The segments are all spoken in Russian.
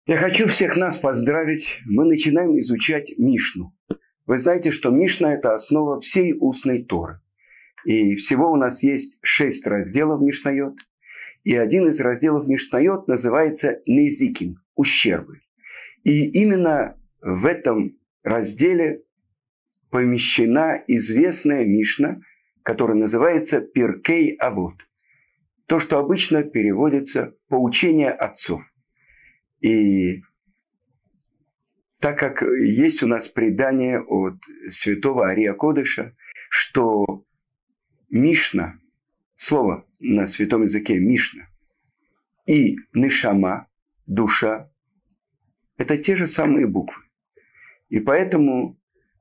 Я хочу всех нас поздравить. Мы начинаем изучать Мишну. Вы знаете, что Мишна – это основа всей устной Торы. И всего у нас есть 6 разделов Мишнайот. И один из разделов Мишнайот называется Незикин – ущербы. И именно в этом разделе помещена известная Мишна, которая называется Пиркей Авот. То, что обычно переводится «поучение отцов». И так как есть у нас предание от святого Ария Кодыша, что Мишна, слово на святом языке Мишна, и Нешама, душа, это те же самые буквы. И поэтому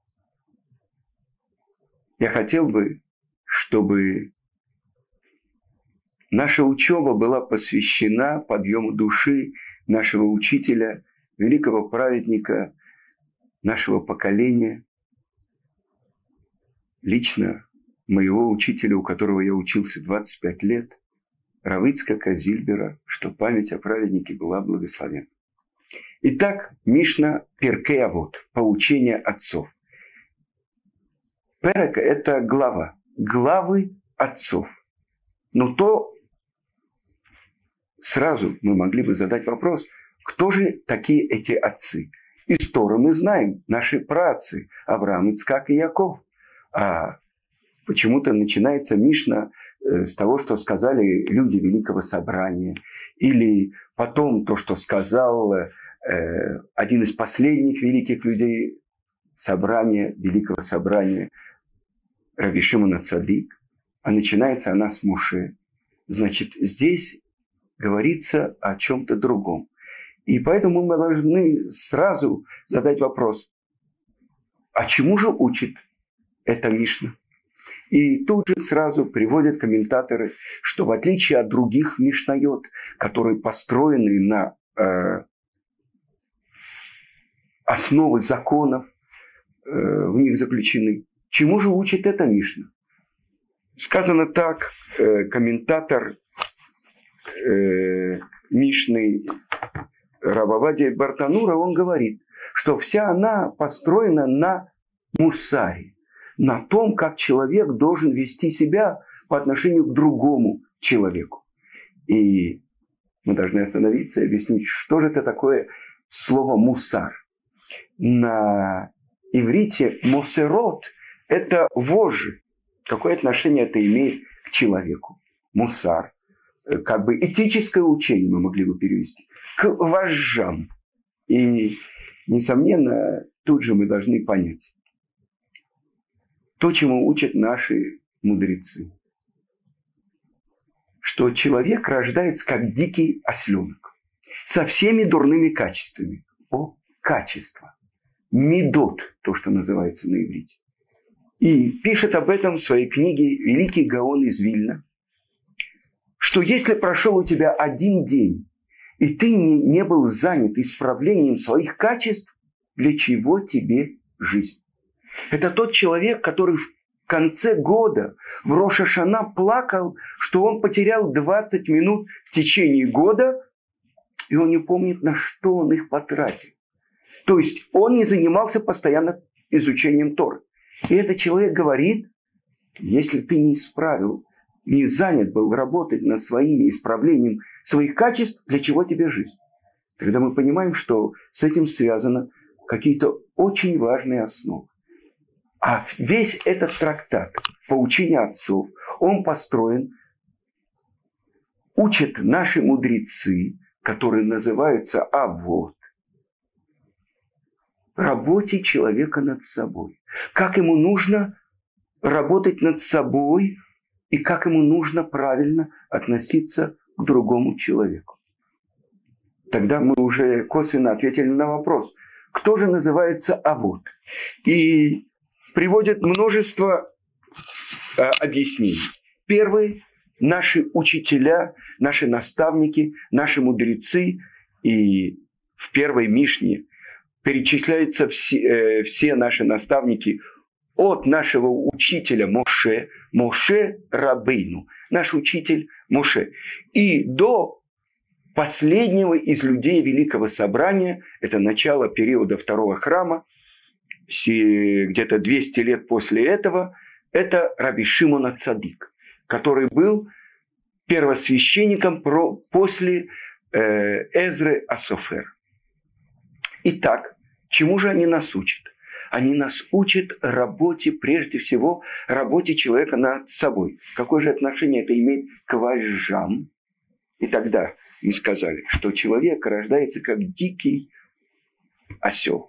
я хотел бы, чтобы наша учеба была посвящена подъему души нашего учителя, великого праведника нашего поколения, лично моего учителя, у которого я учился 25 лет, Рав Ицхака Зильбера, что память о праведнике была благословена. Итак, Мишна Пиркей Авот, поучение отцов. Перек – это глава, главы отцов. Но то сразу мы могли бы задать вопрос, кто же такие эти отцы? Из Торы мы знаем, наши праотцы Авраам, Ицхак и Яков. А почему-то начинается Мишна с того, что сказали люди Великого Собрания. Или потом то, что сказал один из последних великих людей собрания, Великого Собрания, Рави Шимон Цадик. А начинается она с Моше. Значит, здесь говорится о чем-то другом. И поэтому мы должны сразу задать вопрос, а чему же учит эта Мишна? И тут же сразу приводят комментаторы, что в отличие от других Мишнайот, которые построены на основы законов, в них заключены, чему же учит эта Мишна? Сказано так, комментатор Мишны Рав Овадия Бартанура, он говорит, что вся она построена на мусаре, на том, как человек должен вести себя по отношению к другому человеку. И мы должны остановиться и объяснить, что же это такое слово мусар. На иврите мосерот – это вожжи. Какое отношение это имеет к человеку? Мусар. Как бы этическое учение мы могли бы перевести. К вожжам. И, несомненно, тут же мы должны понять то, чему учат наши мудрецы. Что человек рождается как дикий осленок. Со всеми дурными качествами. Качество. Медот, то, что называется на иврите. И пишет об этом в своей книге великий Гаон из Вильна, что если прошел у тебя один день, и ты не был занят исправлением своих качеств, для чего тебе жизнь? Это тот человек, который в конце года, в Рош ха-Шана, плакал, что он потерял 20 минут в течение года, и он не помнит, на что он их потратил. То есть он не занимался постоянно изучением Торы. И этот человек говорит, если ты не исправил, не занят был работать над своими исправлением своих качеств, для чего тебе жизнь? Тогда мы понимаем, что с этим связаны какие-то очень важные основы. А весь этот трактат «Поучение отцов», он построен, учат наши мудрецы, которые называются авот, работе человека над собой. Как ему нужно работать над собой и как ему нужно правильно относиться к другому человеку. Тогда мы уже косвенно ответили на вопрос, кто же называется авот. И приводят множество объяснений. Первый – наши учителя, наши наставники, наши мудрецы. И в первой Мишне перечисляются все наши наставники от нашего учителя Моше, Моше Рабейну, наш учитель Моше, и до последнего из людей Великого Собрания, это начало периода Второго храма, где-то 200 лет после этого, это Раби Шимон ацадик, который был первосвященником после Эзры Асофер. Итак, чему же они нас учат? Они нас учат работе, прежде всего, работе человека над собой. Какое же отношение это имеет к вожжам? И тогда мы сказали, что человек рождается как дикий осел.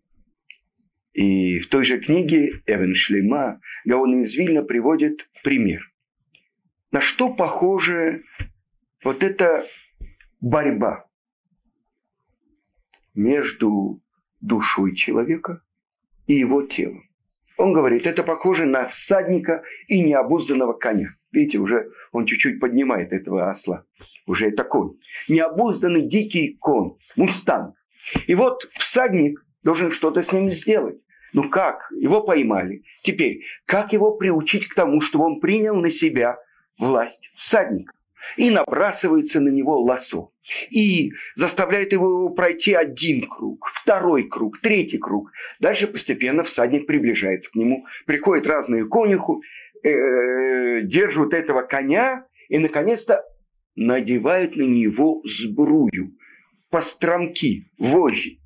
И в той же книге Эвен Шлема Гаон из Вильна приводит пример. На что похожа вот эта борьба между душой человека и его телом? Он говорит, это похоже на всадника и необузданного коня. Видите, уже он чуть-чуть поднимает этого осла. Уже это конь. Необузданный дикий конь, мустанг. И вот всадник должен что-то с ним сделать. Ну как? Его поймали. Теперь, как его приучить к тому, чтобы он принял на себя власть всадника? И набрасывается на него лосо. И заставляет его пройти один круг, второй круг, третий круг. Дальше постепенно всадник приближается к нему. Приходят разные конюхи, держат этого коня и, наконец-то, надевают на него сбрую, постромки, вожжи.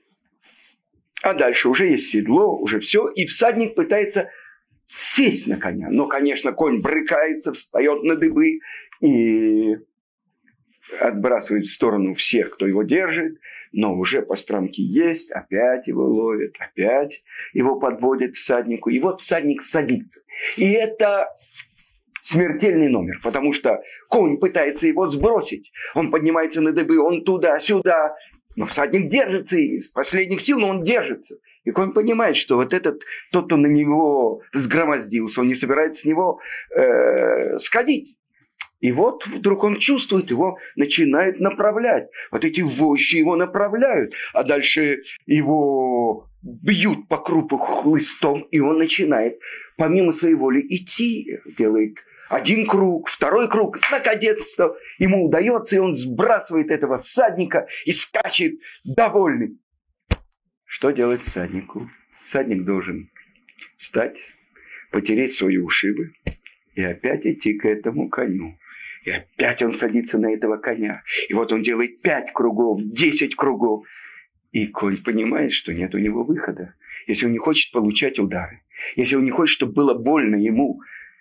А дальше уже есть седло, уже все, и всадник пытается сесть на коня. Но, конечно, конь брыкается, встает на дыбы и отбрасывает в сторону всех, кто его держит. Но уже постромки есть, опять его ловят, опять его подводят к всаднику. И вот всадник садится. И это смертельный номер, потому что конь пытается его сбросить. Он поднимается на дыбы, он туда-сюда. Но всадник держится из последних сил, но он держится. И конь понимает, что вот этот, тот, кто на него сгромоздился, он не собирается с него сходить. И вот вдруг он чувствует, его начинает направлять. Вот эти вожжи его направляют, а дальше его бьют по крупу хлыстом, и он начинает помимо своей воли идти, делает один круг, второй круг, наконец-то ему удается, и он сбрасывает этого всадника и скачет довольный. Что делать всаднику? Всадник должен встать, потереть свои ушибы и опять идти к этому коню. И опять он садится на этого коня. И вот он делает 5 кругов, 10 кругов. И конь понимает, что нет у него выхода. Если он не хочет получать удары, если он не хочет, чтобы было больно ему,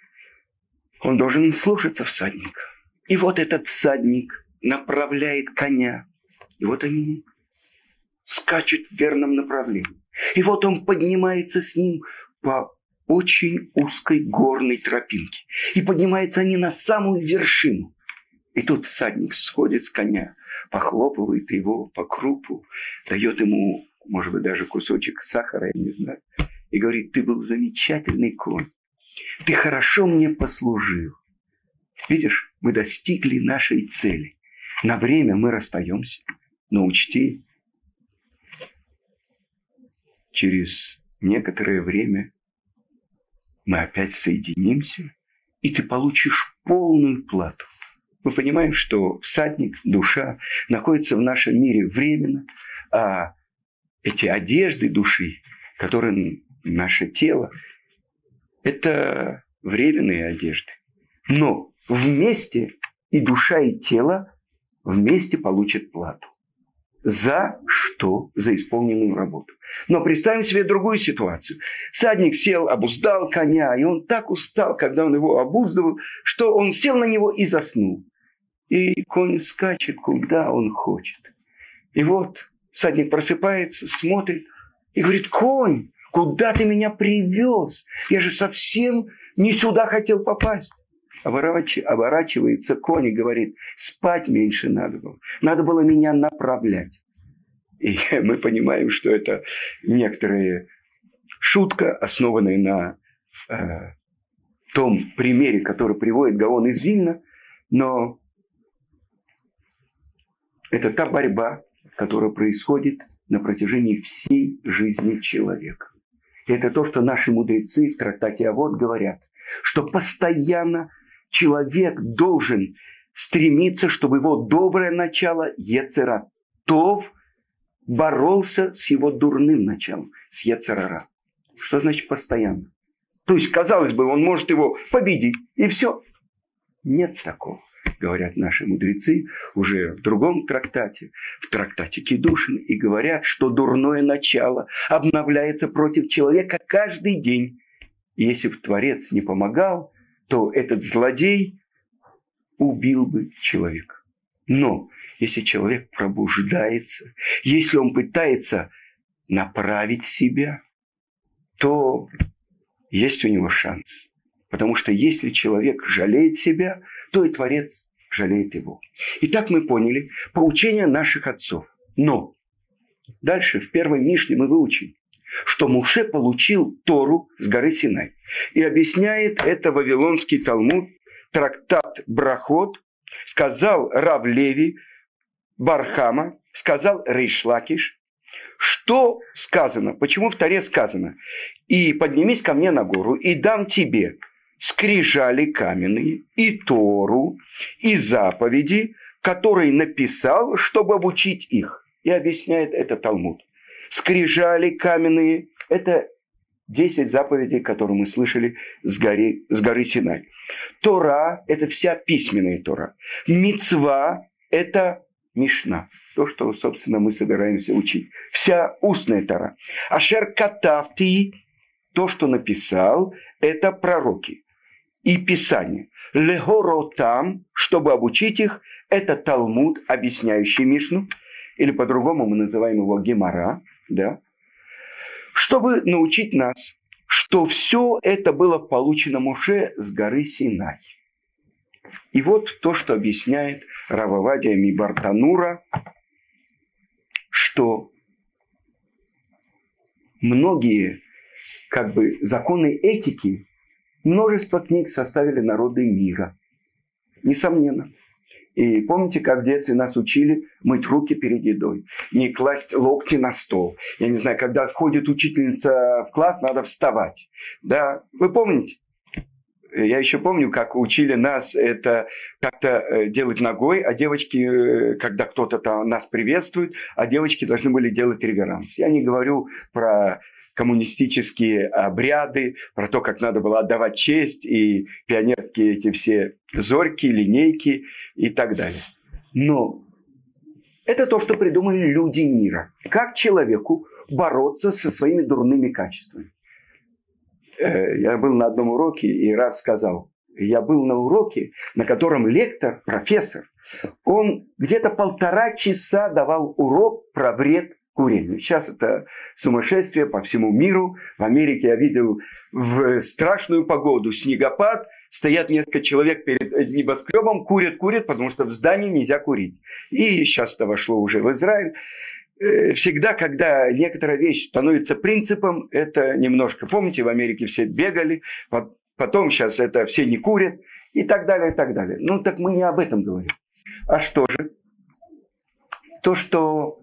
он должен слушаться всадника. И вот этот всадник направляет коня. И вот они скачут в верном направлении. И вот он поднимается с ним по очень узкой горной тропинке. И поднимаются они на самую вершину. И тут всадник сходит с коня, похлопывает его по крупу, дает ему, может быть, даже кусочек сахара, я не знаю, и говорит: ты был замечательный конь, ты хорошо мне послужил. Видишь, мы достигли нашей цели. На время мы расстаемся, но учти, через некоторое время мы опять соединимся, и ты получишь полную плату. Мы понимаем, что всадник, душа, находится в нашем мире временно, а эти одежды души, которые наше тело, это временные одежды. Но вместе и душа, и тело вместе получат плату. За что? За исполненную работу. Но представим себе другую ситуацию. Всадник сел, обуздал коня, и он так устал, когда он его обуздывал, что он сел на него и заснул. И конь скачет, куда он хочет. И вот всадник просыпается, смотрит и говорит: конь, куда ты меня привез? Я же совсем не сюда хотел попасть. Оборачивается конь и говорит: спать меньше надо было. Надо было меня направлять. И мы понимаем, что это некоторая шутка, основанная на том примере, который приводит Гаон из Вильна. Но это та борьба, которая происходит на протяжении всей жизни человека. И это то, что наши мудрецы в трактате Авот говорят, что постоянно человек должен стремиться, чтобы его доброе начало, йецер ха-тов, боролся с его дурным началом, с йецер ха-ра. Что значит постоянно? То есть, казалось бы, он может его победить, и все. Нет такого, говорят наши мудрецы уже в другом трактате, в трактате Кидушин, и говорят, что дурное начало обновляется против человека каждый день. И если бы Творец не помогал, то этот злодей убил бы человека. Но если человек пробуждается, если он пытается направить себя, то есть у него шанс. Потому что если человек жалеет себя, то и Творец жалеет его. Итак, мы поняли поучение наших отцов. Но дальше в первой Мишне мы выучим, что Моше получил Тору с горы Синай. И объясняет это Вавилонский Талмуд, трактат Брахот, сказал Рав Леви Бархама, сказал Рейш Лакиш, что сказано, почему в Торе сказано: «И поднимись ко мне на гору, и дам тебе скрижали каменные, и Тору, и заповеди, которые написал, чтобы обучить их». И объясняет это Талмуд. Скрижали каменные – это 10 заповедей, которые мы слышали с горы Синай. Тора – это вся письменная Тора. Мицва – это Мишна. То, что, собственно, мы собираемся учить. Вся устная Тора. Ашер катавти – то, что написал, это пророки и Писание. Легоротам, чтобы обучить их, это Талмуд, объясняющий Мишну, или по-другому мы называем его Гемара, да, чтобы научить нас, что все это было получено Моше с горы Синай. И вот то, что объясняет Рав Овадия Мибартанура, что многие законы этики, множество книг составили народы мира. Несомненно. И помните, как в детстве нас учили мыть руки перед едой, не класть локти на стол. Я не знаю, когда входит учительница в класс, надо вставать. Да, вы помните? Я еще помню, как учили нас это как-то делать ногой, а девочки, когда кто-то там нас приветствует, а девочки должны были делать реверанс. Я не говорю про коммунистические обряды, про то, как надо было отдавать честь, и пионерские эти все зорьки, линейки и так далее. Но это то, что придумали люди мира. Как человеку бороться со своими дурными качествами. Я был на одном уроке, и Рав сказал, я был на уроке, на котором лектор, профессор, он где-то 1,5 часа давал урок про вред курению. Сейчас это сумасшествие по всему миру. В Америке я видел в страшную погоду снегопад, стоят несколько человек перед небоскребом, курят, потому что в здании нельзя курить. И сейчас это вошло уже в Израиль. Всегда, когда некоторая вещь становится принципом, это немножко, помните, в Америке все бегали, потом сейчас это все не курят и так далее, и так далее. Ну, так мы не об этом говорим. А что же? То, что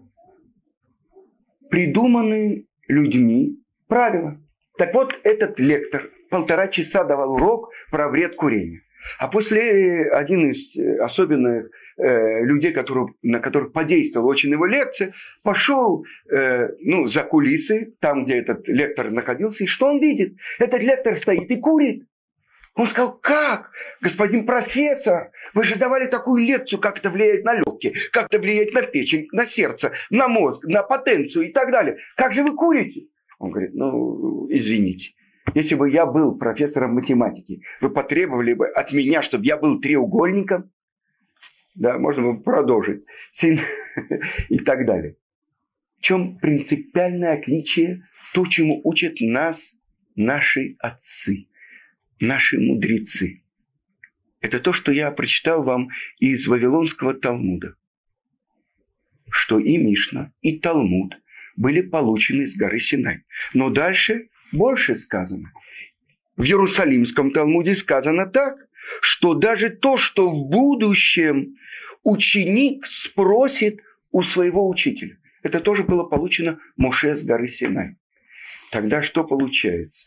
придуманы людьми правила. Так вот, этот лектор 1,5 часа давал урок про вред курения. А после один из особенных людей, на которых подействовала очень его лекция, пошел за кулисы, там, где этот лектор находился, и что он видит? Этот лектор стоит и курит. Он сказал: как, господин профессор, вы же давали такую лекцию, как это влияет на легкие, как это влияет на печень, на сердце, на мозг, на потенцию и так далее. Как же вы курите? Он говорит: извините. Если бы я был профессором математики, вы потребовали бы от меня, чтобы я был треугольником? Да, можно бы продолжить. И так далее. В чем принципиальное отличие, то, чему учат нас наши отцы, наши мудрецы? Это то, что я прочитал вам из Вавилонского Талмуда. Что и Мишна, и Талмуд были получены с горы Синай. Но дальше больше сказано. В Иерусалимском Талмуде сказано так, что даже то, что в будущем ученик спросит у своего учителя, это тоже было получено Моше с горы Синай. Тогда что получается?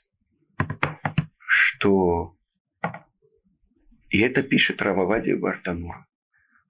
Что... И это пишет Рав Овадия Бартанура.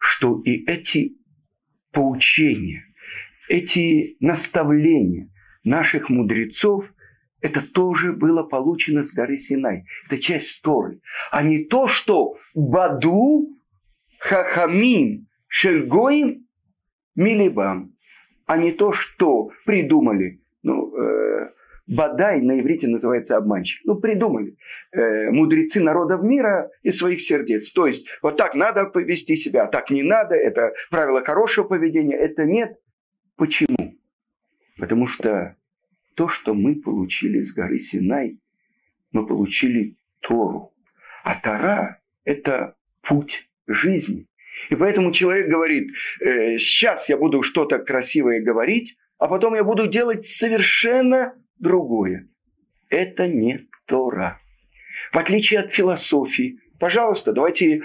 что и эти поучения, эти наставления наших мудрецов, это тоже было получено с горы Синай. Это часть Торы. А не то, что Баду Хахамим Шельгоим Милибам. А не то, что придумали. Бадай на иврите называется обманщик. Придумали мудрецы народов мира из своих сердец. То есть, вот так надо повести себя, а так не надо. Это правило хорошего поведения. Это нет. Почему? Потому что то, что мы получили с горы Синай, мы получили Тору. А Тора – это путь жизни. И поэтому человек говорит, сейчас я буду что-то красивое говорить, а потом я буду делать совершенно другое. Это не Тора. В отличие от философии, пожалуйста, давайте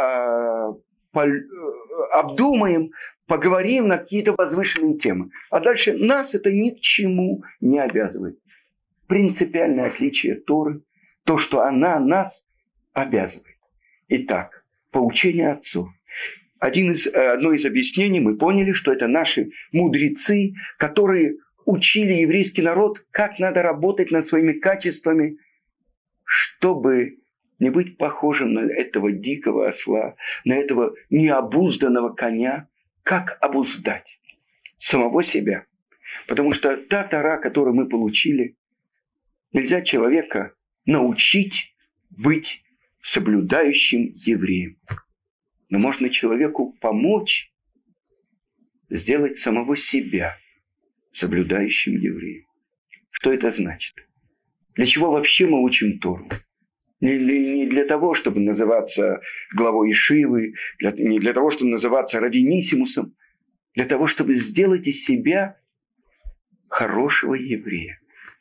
обдумаем, поговорим на какие-то возвышенные темы. А дальше нас это ни к чему не обязывает. Принципиальное отличие Торы, то, что она нас обязывает. Итак, поучение отцов. Одно из объяснений, мы поняли, что это наши мудрецы, которые учили еврейский народ, как надо работать над своими качествами, чтобы не быть похожим на этого дикого осла, на этого необузданного коня. Как обуздать самого себя? Потому что та Тора, которую мы получили, нельзя человека научить быть соблюдающим евреем. Но можно человеку помочь сделать самого себя соблюдающим евреем. Что это значит? Для чего вообще мы учим Тору? Не для того, чтобы называться главой Ешивы, не для того, чтобы называться раввиниссимусом, для того, чтобы сделать из себя хорошего еврея.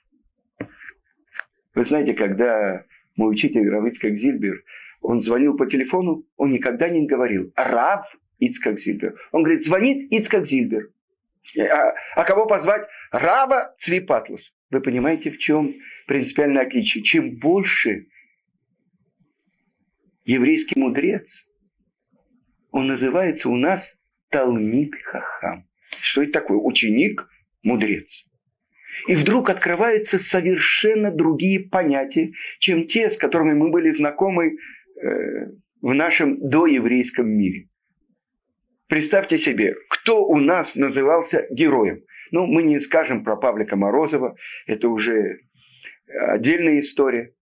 Вы знаете, когда мой учитель Рав Ицхак Зильбер, он звонил по телефону, он никогда не говорил Рав Ицхак Зильбер. Он говорит, звонит Ицхак Зильбер. А кого позвать? Рава Цви Патлус. Вы понимаете, в чем принципиальное отличие? Чем больше еврейский мудрец, он называется у нас Талмид Хахам. Что это такое? Ученик, мудрец. И вдруг открываются совершенно другие понятия, чем те, с которыми мы были знакомы в нашем доеврейском мире. Представьте себе, кто у нас назывался героем. Мы не скажем про Павлика Морозова, это уже отдельная история.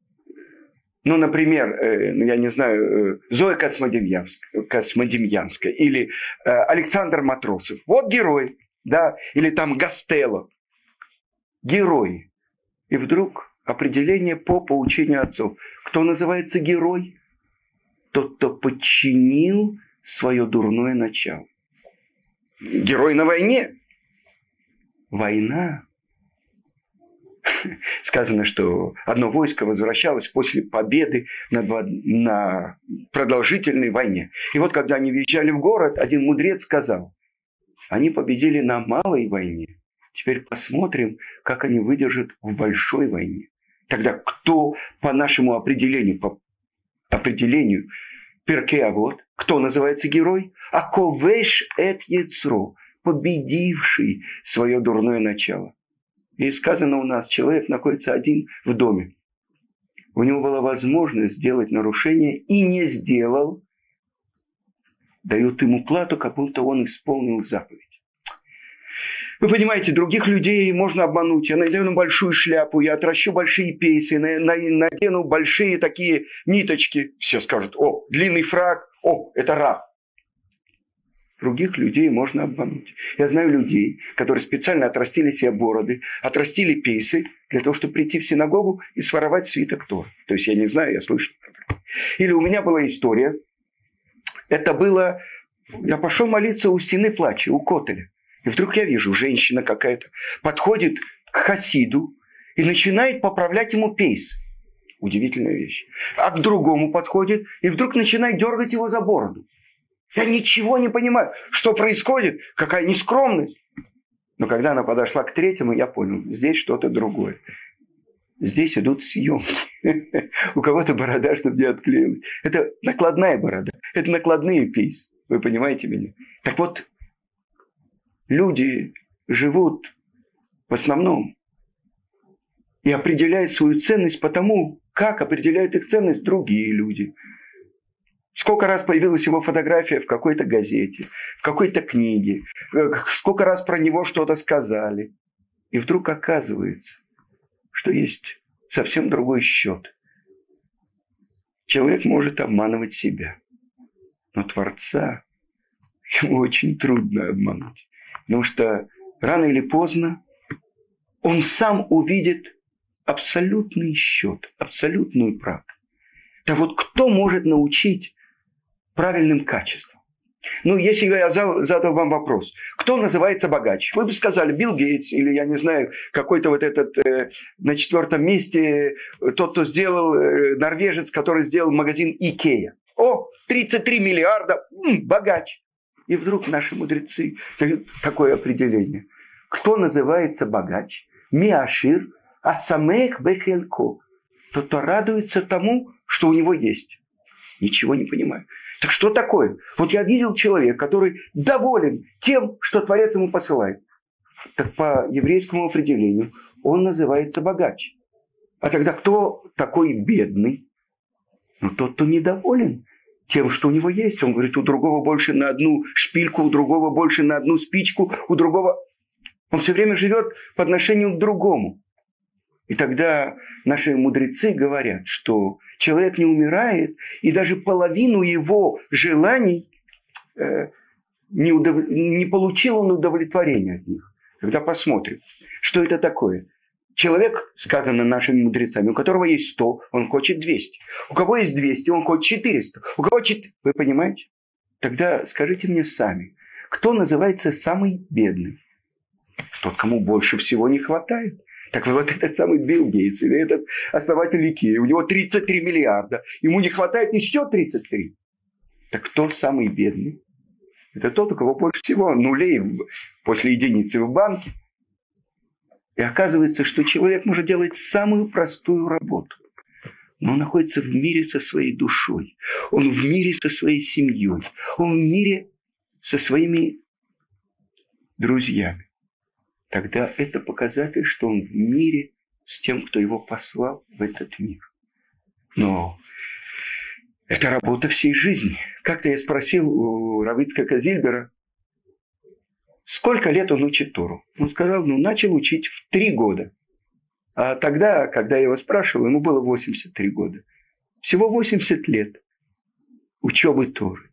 Например, я не знаю, Зоя Космодемьянская или Александр Матросов. Вот герой, да, или там Гастелло. Герои. И вдруг определение по поучению отцов. Кто называется герой? Тот, кто подчинил свое дурное начало. Герой на войне. Война. Сказано, что одно войско возвращалось после победы на продолжительной войне. И вот когда они въезжали в город, один мудрец сказал, они победили на малой войне. Теперь посмотрим, как они выдержат в большой войне. Тогда кто по нашему определению, Перкей Авот, кто называется герой? Аковеш эт Ецро, победивший свое дурное начало. И сказано у нас, человек находится один в доме. У него была возможность сделать нарушение и не сделал. Дают ему плату, как будто он исполнил заповедь. Вы понимаете, других людей можно обмануть. Я надену большую шляпу, я отращу большие пейсы, надену большие такие ниточки. Все скажут, длинный фрак, это Рав. Других людей можно обмануть. Я знаю людей, которые специально отрастили себе бороды, отрастили пейсы для того, чтобы прийти в синагогу и своровать свиток Торы. То есть я не знаю, я слышал. Или у меня была история. Это было... Я пошел молиться у стены плача, у Котеля. И вдруг я вижу, женщина какая-то подходит к хасиду и начинает поправлять ему пейс. Удивительная вещь. А к другому подходит и вдруг начинает дергать его за бороду. Я ничего не понимаю, что происходит, какая нескромность. Но когда она подошла к третьему, я понял, здесь что-то другое. Здесь идут съемки. У кого-то борода, чтобы не отклеилась. Это накладная борода, это накладные пейсы. Вы понимаете меня? Так вот, люди живут в основном и определяют свою ценность по тому, как определяют их ценность другие люди. Сколько раз появилась его фотография в какой-то газете, в какой-то книге, сколько раз про него что-то сказали. И вдруг оказывается, что есть совсем другой счет. Человек может обманывать себя, но Творца ему очень трудно обмануть. Потому что рано или поздно он сам увидит абсолютный счет, абсолютную правду. Так вот, кто может научить правильным качествам? Ну, если я задал вам вопрос, кто называется богач? Вы бы сказали Билл Гейтс или, я не знаю, какой-то вот этот на 4-м месте, тот, кто сделал, норвежец, который сделал магазин Икея. О, 33 миллиарда, богач. И вдруг наши мудрецы дают такое определение. Кто называется богач? Миашир асамех бехелько. Тот, кто радуется тому, что у него есть. Ничего не понимаю. Так что такое? Вот я видел человека, который доволен тем, что Творец ему посылает. Так по еврейскому определению он называется богач. А тогда кто такой бедный? Ну, тот, кто недоволен тем, что у него есть. Он говорит, у другого больше на одну шпильку, у другого больше на одну спичку, у другого... Он все время живет по отношению к другому. И тогда наши мудрецы говорят, что человек не умирает, и даже половину его желаний не получил он удовлетворения от них. Когда посмотрим, что это такое. Человек, сказано нашими мудрецами, у которого есть 100, он хочет 200. У кого есть 200, он хочет 400. У кого 4... Вы понимаете? Тогда скажите мне сами, кто называется самый бедный? Тот, кому больше всего не хватает. Так вот этот самый Билл Гейтс или этот основатель Икеи, у него 33 миллиарда, ему не хватает еще 33. Так кто самый бедный? Это тот, у кого больше всего нулей после единицы в банке. И оказывается, что человек может делать самую простую работу. Но он находится в мире со своей душой. Он в мире со своей семьей. Он в мире со своими друзьями. Тогда это показатель, что он в мире с тем, кто его послал в этот мир. Но это работа всей жизни. Как-то я спросил у Рав Ицхака Зильбера, сколько лет он учит Тору. Он сказал, начал учить в 3 года. А тогда, когда я его спрашивал, ему было 83 года. Всего 80 лет учебы Торы.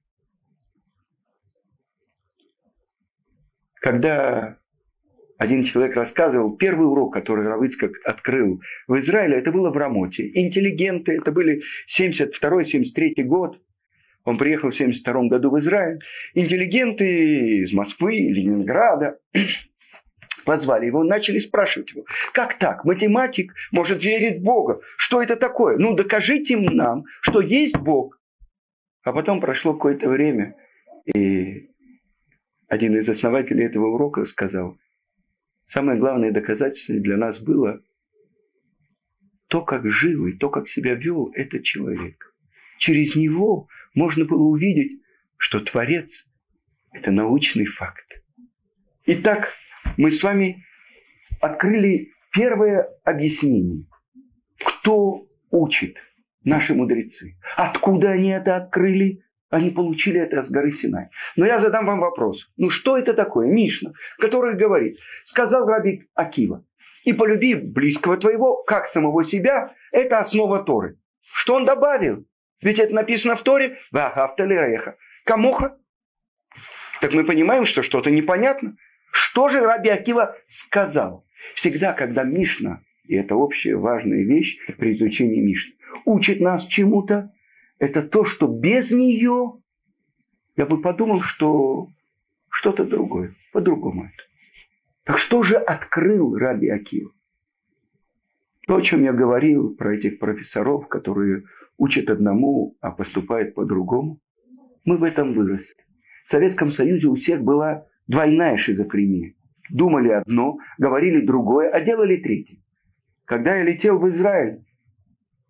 Когда один человек рассказывал, первый урок, который Рав Ицхак открыл в Израиле, это было в Рамоте. Интеллигенты, это были 72-73 год. Он приехал в 72 году в Израиль. Интеллигенты из Москвы, Ленинграда позвали его, начали спрашивать его, как так, математик может верить в Бога? Что это такое? Докажите нам, что есть Бог. А потом прошло какое-то время, и один из основателей этого урока сказал, самое главное доказательство для нас было то, как жил и то, как себя вел этот человек. Через него можно было увидеть, что Творец – это научный факт. Итак, мы с вами открыли первое объяснение. Кто учит? Наши мудрецы. Откуда они это открыли? Они получили это с горы Синай. Но я задам вам вопрос. Что это такое? Мишна, который говорит, сказал Раби Акива, и полюби близкого твоего, как самого себя, это основа Торы. Что он добавил? Ведь это написано в Торе, вахавта лиреха, камоха. Так мы понимаем, что что-то непонятно. Что же Раби Акива сказал? Всегда, когда Мишна, и это общая важная вещь при изучении Мишны, учит нас чему-то, это то, что без нее, я бы подумал, что что-то другое, по-другому это. Так что же открыл Раби Акива? То, о чем я говорил про этих профессоров, которые учат одному, а поступают по-другому, мы в этом выросли. В Советском Союзе у всех была двойная шизофрения. Думали одно, говорили другое, а делали третье. Когда я летел в Израиль,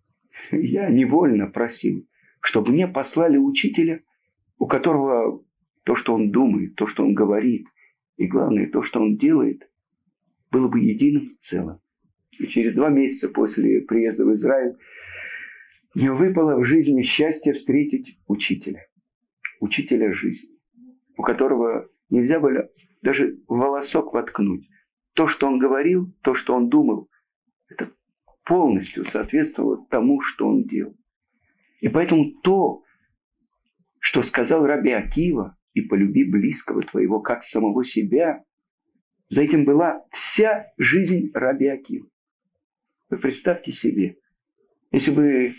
я невольно просил, чтобы мне послали учителя, у которого то, что он думает, то, что он говорит, и главное, то, что он делает, было бы единым целым. И через 2 месяца после приезда в Израиль мне выпало в жизни счастье встретить учителя жизни, у которого нельзя было даже волосок воткнуть. То, что он говорил, то, что он думал, это полностью соответствовало тому, что он делал. И поэтому то, что сказал Раби Акива, и полюби близкого твоего, как самого себя, за этим была вся жизнь Раби Акивы. Вы представьте себе, если бы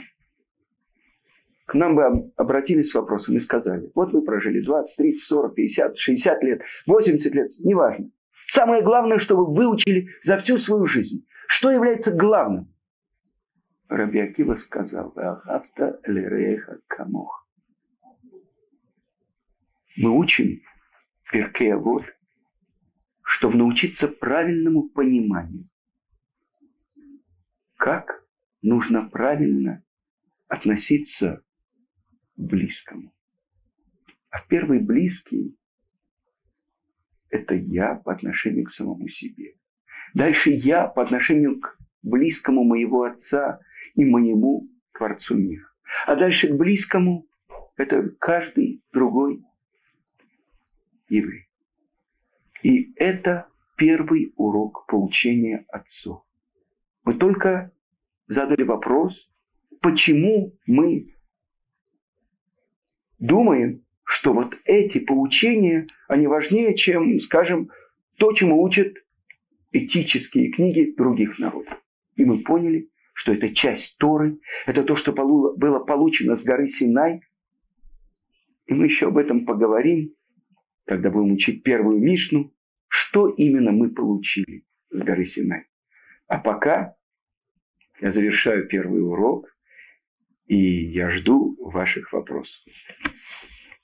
к нам бы обратились с вопросом и сказали, вот вы прожили 20, 30, 40, 50, 60 лет, 80 лет, неважно. Самое главное, что вы выучили за всю свою жизнь. Что является главным? Раби Акива сказал, «Ахавта лереха камох». Мы учим Перкей Авот, чтобы научиться правильному пониманию, как нужно правильно относиться к близкому. А первый близкий – это я по отношению к самому себе. Дальше я по отношению к близкому моего отца и моему Творцу мира. А дальше к близкому – это каждый другой еврей. И это первый урок поучения отцов. Мы только задали вопрос, почему мы думаем, что вот эти поучения, они важнее, чем, скажем, то, чему учат этические книги других народов. И мы поняли, что это часть Торы, это то, что было получено с горы Синай. И мы еще об этом поговорим, когда будем учить первую Мишну, что именно мы получили с горы Синай. А пока я завершаю первый урок, и я жду ваших вопросов.